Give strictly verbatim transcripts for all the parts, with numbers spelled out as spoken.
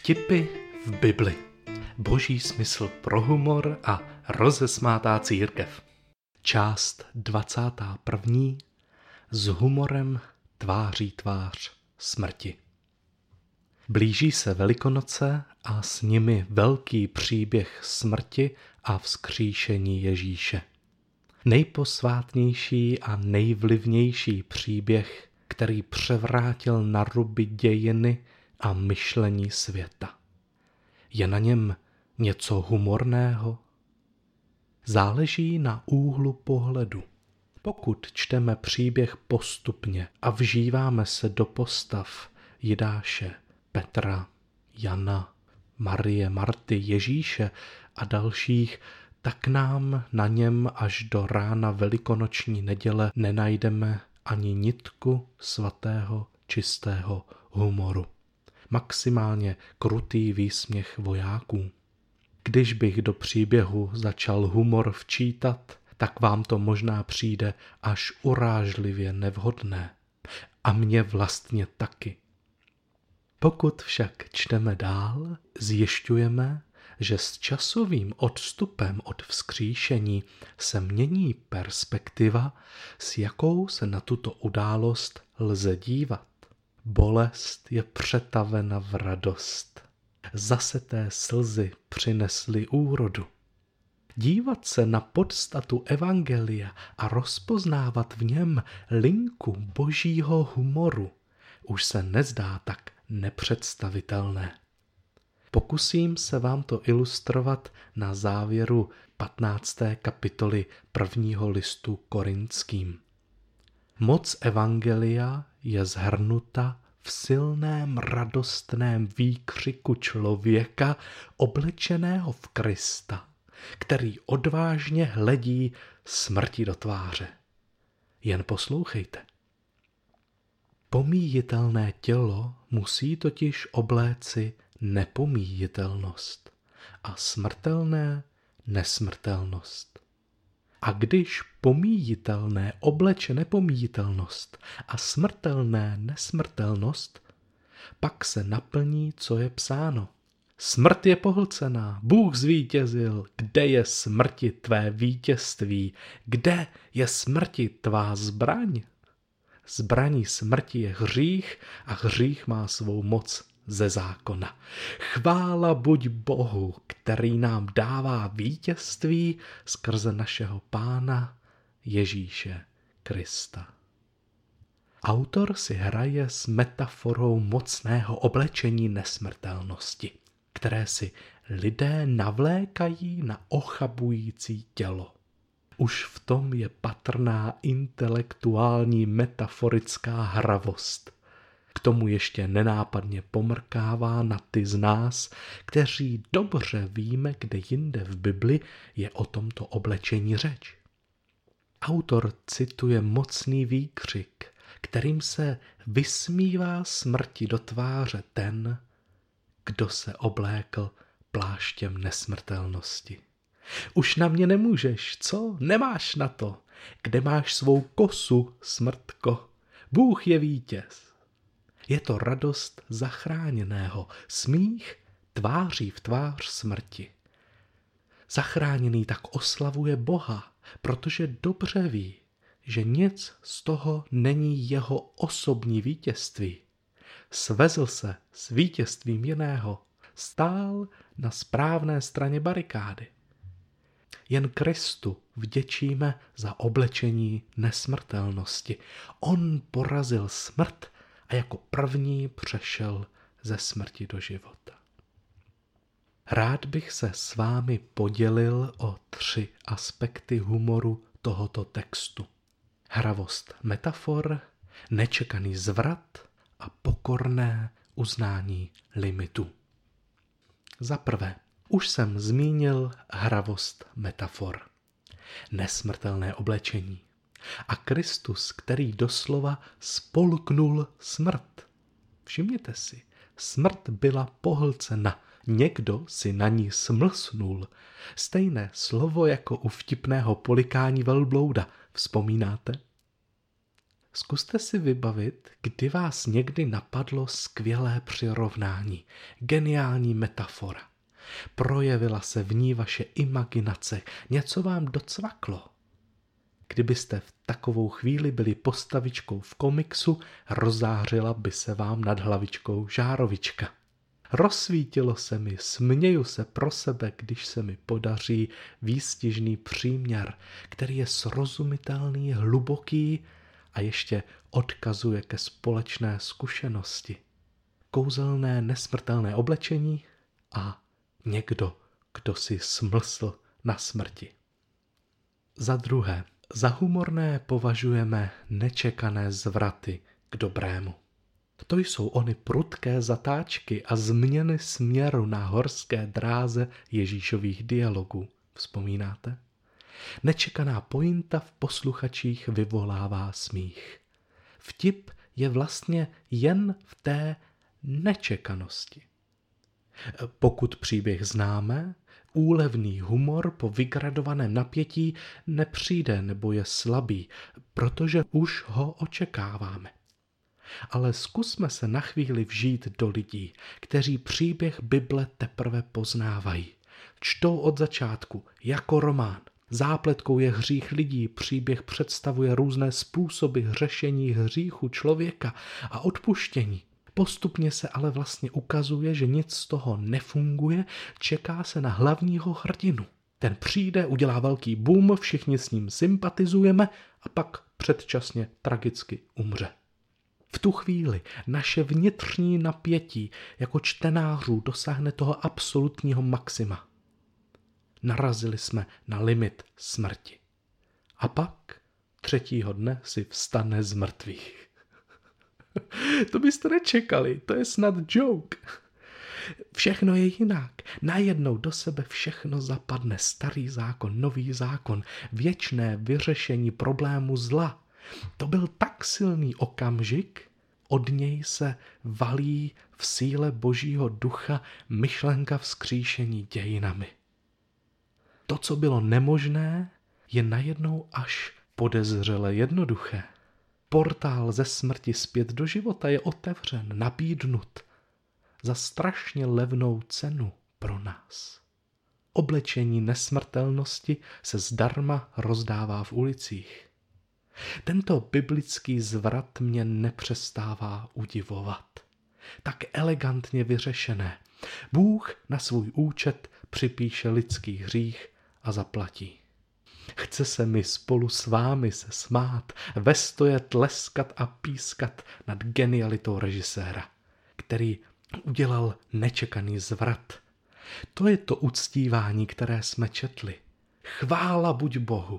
Vtipy v Bibli. Boží smysl pro humor a rozesmátá církev. Část dvacátá první. S humorem tváří tvář smrti. Blíží se Velikonoce a s nimi velký příběh smrti a vzkříšení Ježíše. Nejposvátnější a nejvlivnější příběh, který převrátil na ruby dějiny a myšlení světa. Je na něm něco humorného? Záleží na úhlu pohledu. Pokud čteme příběh postupně a vžíváme se do postav Jidáše, Petra, Jana, Marie, Marty, Ježíše a dalších, tak nám na něm až do rána velikonoční neděle nenajdeme ani nitku svatého, čistého humoru. Maximálně krutý výsměch vojáků. Když bych do příběhu začal humor včítat, tak vám to možná přijde až urážlivě nevhodné. A mně vlastně taky. Pokud však čteme dál, zjišťujeme, že s časovým odstupem od vzkříšení se mění perspektiva, s jakou se na tuto událost lze dívat. Bolest je přetavena v radost. Zaseté slzy přinesly úrodu. Dívat se na podstatu evangelia a rozpoznávat v něm linku božího humoru už se nezdá tak nepředstavitelné. Pokusím se vám to ilustrovat na závěru patnácté kapitoly prvního listu Korinským. Moc evangelia je shrnuta v silném radostném výkřiku člověka oblečeného v Krista, který odvážně hledí smrti do tváře. Jen poslouchejte. Pomíjitelné tělo musí totiž obléci nepomíjitelnost a smrtelné nesmrtelnost. A když pomíjitelné obleče nepomíjitelnost a smrtelné nesmrtelnost, pak se naplní, co je psáno. Smrt je pohlcená, Bůh zvítězil, kde je smrti tvé vítězství, kde je smrti tvá zbraň? Zbraní smrti je hřích a hřích má svou moc ze zákona. Chvála buď Bohu, který nám dává vítězství skrze našeho Pána Ježíše Krista. Autor si hraje s metaforou mocného oblečení nesmrtelnosti, které si lidé navlékají na ochabující tělo. Už v tom je patrná intelektuální metaforická hravost. K tomu ještě nenápadně pomrkává na ty z nás, kteří dobře víme, kde jinde v Bibli je o tomto oblečení řeč. Autor cituje mocný výkřik, kterým se vysmívá smrti do tváře ten, kdo se oblékl pláštěm nesmrtelnosti. Už na mě nemůžeš, co? Nemáš na to. Kde máš svou kosu, smrtko? Bůh je vítěz. Je to radost zachráněného, smích tváří v tvář smrti. Zachráněný tak oslavuje Boha, protože dobře ví, že nic z toho není jeho osobní vítězství. Svezl se s vítězstvím jiného, stál na správné straně barikády. Jen Kristu vděčíme za oblečení nesmrtelnosti. On porazil smrt a jako první přešel ze smrti do života. Rád bych se s vámi podělil o tři aspekty humoru tohoto textu. Hravost metafor, nečekaný zvrat a pokorné uznání limitů. Za prvé, už jsem zmínil hravost metafor. Nesmrtelné oblečení. A Kristus, který doslova spolknul smrt. Všimněte si, smrt byla pohlcena, někdo si na ní smlsnul. Stejné slovo jako u vtipného polikání velblouda. Vzpomínáte? Zkuste si vybavit, kdy vás někdy napadlo skvělé přirovnání, geniální metafora. Projevila se v ní vaše imaginace, něco vám docvaklo. Kdybyste v takovou chvíli byli postavičkou v komiksu, rozářila by se vám nad hlavičkou žárovička. Rozsvítilo se mi, směju se pro sebe, když se mi podaří výstižný příměr, který je srozumitelný, hluboký a ještě odkazuje ke společné zkušenosti. Kouzelné nesmrtelné oblečení a někdo, kdo si smlsl na smrti. Za druhé, za humorné považujeme nečekané zvraty k dobrému. To jsou ony prudké zatáčky a změny směru na horské dráze Ježíšových dialogů. Vzpomínáte? Nečekaná pointa v posluchačích vyvolává smích. Vtip je vlastně jen v té nečekanosti. Pokud příběh známe, úlevný humor po vygradovaném napětí nepřijde nebo je slabý, protože už ho očekáváme. Ale zkusme se na chvíli vžít do lidí, kteří příběh Bible teprve poznávají. Čtou od začátku jako román. Zápletkou je hřích lidí, příběh představuje různé způsoby řešení hříchu člověka a odpuštění. Postupně se ale vlastně ukazuje, že nic z toho nefunguje, čeká se na hlavního hrdinu. Ten přijde, udělá velký boom, všichni s ním sympatizujeme a pak předčasně tragicky umře. V tu chvíli naše vnitřní napětí jako čtenářů dosáhne toho absolutního maxima. Narazili jsme na limit smrti. A pak třetího dne si vstane z mrtvých. To byste nečekali, to je snad joke. Všechno je jinak. Najednou do sebe všechno zapadne. Starý zákon, nový zákon, věčné vyřešení problému zla. To byl tak silný okamžik, od něj se valí v síle Božího ducha myšlenka vzkříšení dějinami. To, co bylo nemožné, je najednou až podezřele jednoduché. Portál ze smrti zpět do života je otevřen, nabídnut za strašně levnou cenu pro nás. Oblečení nesmrtelnosti se zdarma rozdává v ulicích. Tento biblický zvrat mě nepřestává udivovat. Tak elegantně vyřešené. Bůh na svůj účet připíše lidský hřích a zaplatí. Chce se mi spolu s vámi se smát, vestoje tleskat a pískat nad genialitou režiséra, který udělal nečekaný zvrat. To je to uctívání, které jsme četli. Chvála buď Bohu.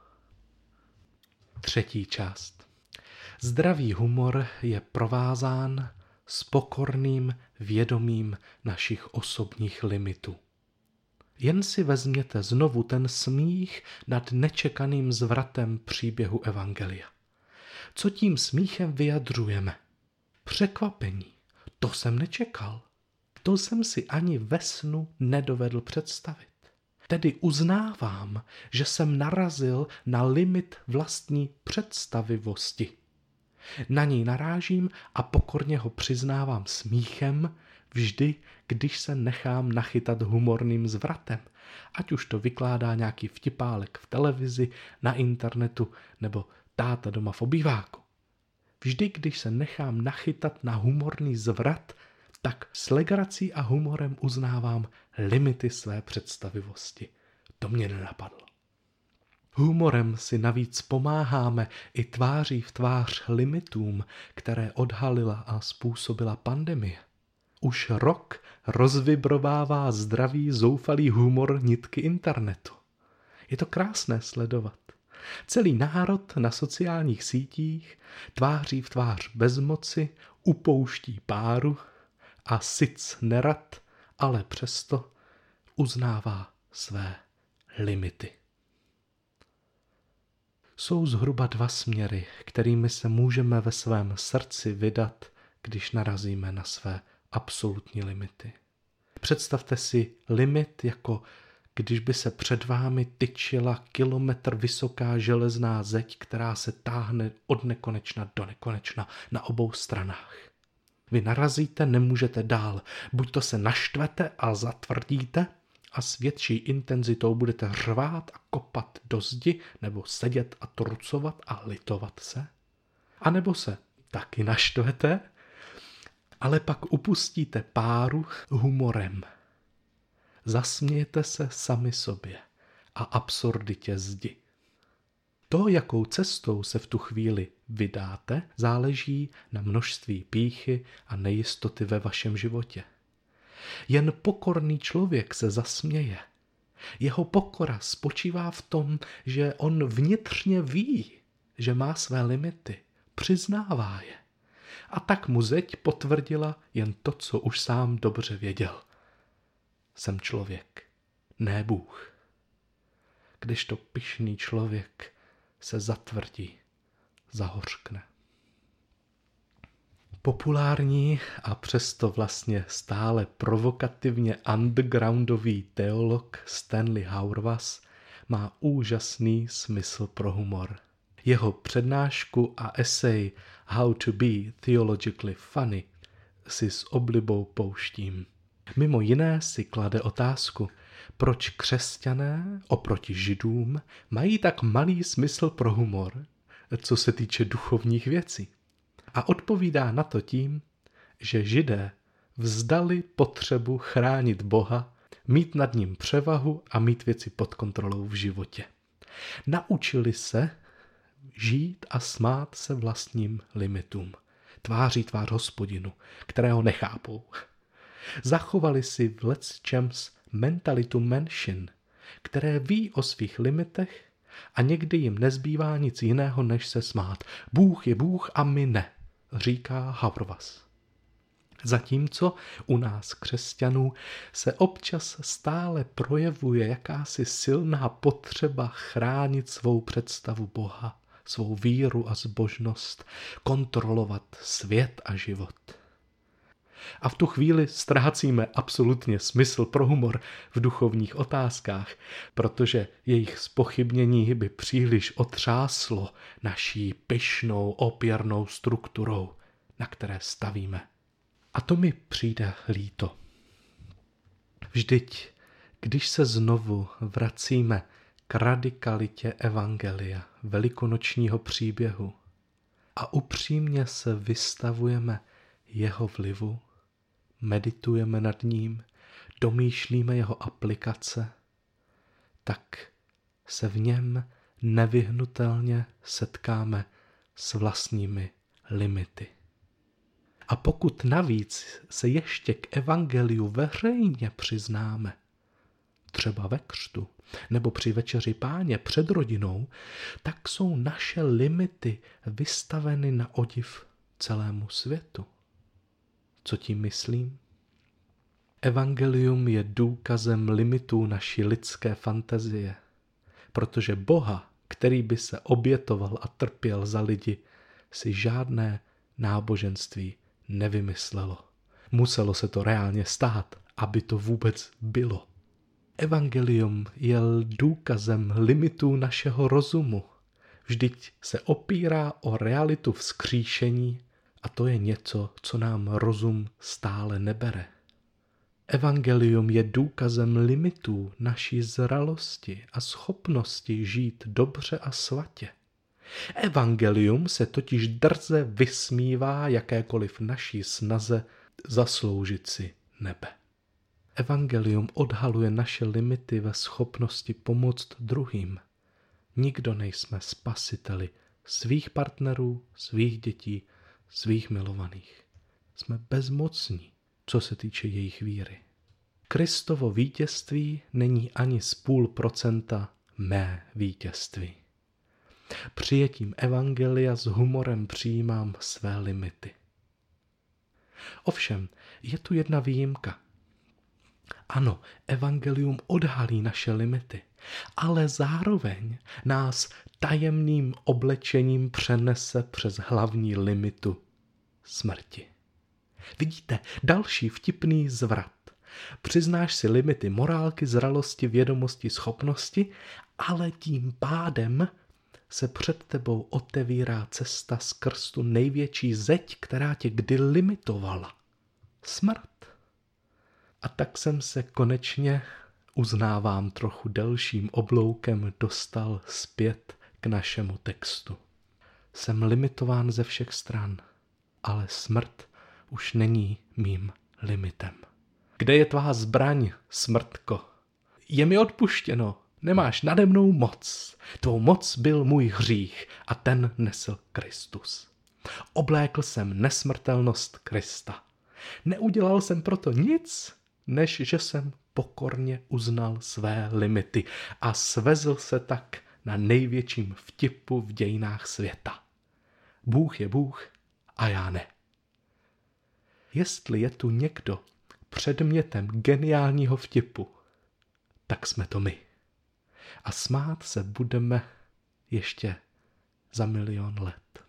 Třetí část. Zdravý humor je provázán s pokorným vědomím našich osobních limitů. Jen si vezměte znovu ten smích nad nečekaným zvratem příběhu evangelia. Co tím smíchem vyjadřujeme? Překvapení. To jsem nečekal. To jsem si ani ve snu nedovedl představit. Tedy uznávám, že jsem narazil na limit vlastní představivosti. Na něj narážím a pokorně ho přiznávám smíchem vždy, když se nechám nachytat humorným zvratem, ať už to vykládá nějaký vtipálek v televizi, na internetu nebo táta doma v obýváku. Vždy, když se nechám nachytat na humorný zvrat, tak s legrací a humorem uznávám limity své představivosti. To mě nenapadlo. Humorem si navíc pomáháme i tváří v tvář limitům, které odhalila a způsobila pandemie. Už rok rozvibrovává zdravý, zoufalý humor nitky internetu. Je to krásné sledovat. Celý národ na sociálních sítích tváří v tvář bezmoci upouští páru a sic nerad, ale přesto uznává své limity. Jsou zhruba dva směry, kterými se můžeme ve svém srdci vydat, když narazíme na své absolutní limity. Představte si limit jako když by se před vámi tyčila kilometr vysoká železná zeď, která se táhne od nekonečna do nekonečna na obou stranách. Vy narazíte, nemůžete dál. Buď to se naštvete a zatvrdíte a s větší intenzitou budete řvát a kopat do zdi, nebo sedět a trucovat a litovat se. A nebo se taky naštvete, ale pak upustíte páru humorem. Zasmějete se sami sobě a absurditě zdi. To, jakou cestou se v tu chvíli vydáte, záleží na množství pýchy a nejistoty ve vašem životě. Jen pokorný člověk se zasměje. Jeho pokora spočívá v tom, že on vnitřně ví, že má své limity, přiznává je. A tak mu zeď potvrdila jen to, co už sám dobře věděl. Jsem člověk, ne Bůh. Kdežto pyšný člověk se zatvrdí, zahořkne. Populární a přesto vlastně stále provokativně undergroundový teolog Stanley Hauerwas má úžasný smysl pro humor. Jeho přednášku a esej How to be theologically funny si s oblibou pouštím. Mimo jiné si klade otázku, proč křesťané oproti židům mají tak malý smysl pro humor, co se týče duchovních věcí. A odpovídá na to tím, že židé vzdali potřebu chránit Boha, mít nad ním převahu a mít věci pod kontrolou v životě. Naučili se žít a smát se vlastním limitům. Tváří tvář Hospodinu, kterého nechápou. Zachovali si v lecčems mentalitu menšin, které ví o svých limitech a někdy jim nezbývá nic jiného, než se smát. Bůh je Bůh a my ne, říká Hauerwas. Zatímco u nás křesťanů se občas stále projevuje jakási silná potřeba chránit svou představu Boha, svou víru a zbožnost, kontrolovat svět a život. A v tu chvíli ztrácíme absolutně smysl pro humor v duchovních otázkách, protože jejich zpochybnění by příliš otřáslo naší pyšnou opěrnou strukturou, na které stavíme. A to mi přijde líto. Vždyť, když se znovu vracíme k radikalitě evangelia, velikonočního příběhu a upřímně se vystavujeme jeho vlivu, meditujeme nad ním, domýšlíme jeho aplikace, tak se v něm nevyhnutelně setkáme s vlastními limity. A pokud navíc se ještě k evangeliu veřejně přiznáme, třeba ve křtu nebo při večeři Páně před rodinou, tak jsou naše limity vystaveny na odiv celému světu. Co tím myslím? Evangelium je důkazem limitů naší lidské fantazie, protože Boha, který by se obětoval a trpěl za lidi, si žádné náboženství nevymyslelo. Muselo se to reálně stát, aby to vůbec bylo. Evangelium je důkazem limitů našeho rozumu. Vždyť se opírá o realitu vzkříšení a to je něco, co nám rozum stále nebere. Evangelium je důkazem limitů naší zralosti a schopnosti žít dobře a svatě. Evangelium se totiž drze vysmívá jakékoliv naší snaze zasloužit si nebe. Evangelium odhaluje naše limity ve schopnosti pomoct druhým. Nikdo nejsme spasiteli svých partnerů, svých dětí, svých milovaných. Jsme bezmocní, co se týče jejich víry. Kristovo vítězství není ani z půl procenta mé vítězství. Přijetím evangelia s humorem přijímám své limity. Ovšem, je tu jedna výjimka. Ano, evangelium odhalí naše limity, ale zároveň nás tajemným oblečením přenese přes hlavní limitu smrti. Vidíte, další vtipný zvrat. Přiznáš si limity morálky, zralosti, vědomosti, schopnosti, ale tím pádem se před tebou otevírá cesta skrz tu největší zeď, která tě kdy limitovala. Smrt. A tak jsem se konečně, uznávám, trochu delším obloukem dostal zpět k našemu textu. Jsem limitován ze všech stran, ale smrt už není mým limitem. Kde je tvá zbraň, smrtko? Je mi odpuštěno, nemáš nade mnou moc. Tvou moc byl můj hřích a ten nesl Kristus. Oblékl jsem nesmrtelnost Krista. Neudělal jsem proto nic, než že jsem pokorně uznal své limity a svezl se tak na největším vtipu v dějinách světa. Bůh je Bůh a já ne. Jestli je tu někdo předmětem geniálního vtipu, tak jsme to my. A smát se budeme ještě za milion let.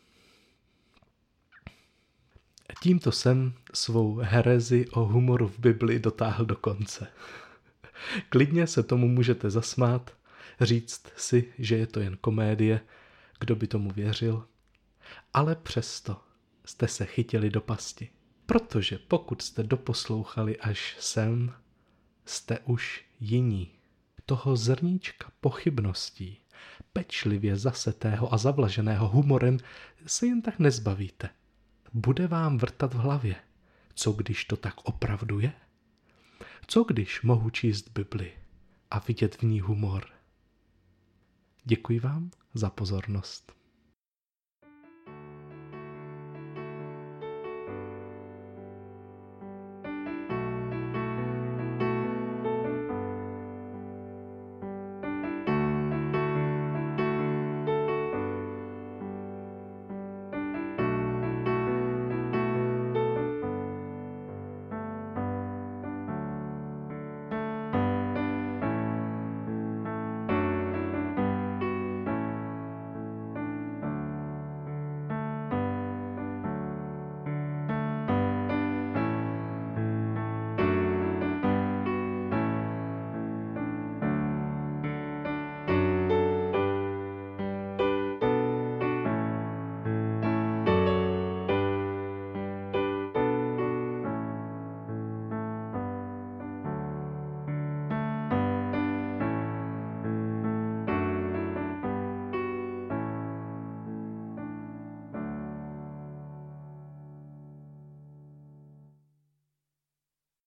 Tímto jsem svou herezi o humoru v Bibli dotáhl do konce. Klidně se tomu můžete zasmát, říct si, že je to jen komédie, kdo by tomu věřil, ale přesto jste se chytili do pasti. Protože pokud jste doposlouchali až sem, jste už jiní. Toho zrníčka pochybností, pečlivě zasetého a zavlaženého humorem, se jen tak nezbavíte. Bude vám vrtat v hlavě. Co když to tak opravdu je? Co když mohu číst Bibli a vidět v ní humor? Děkuji vám za pozornost.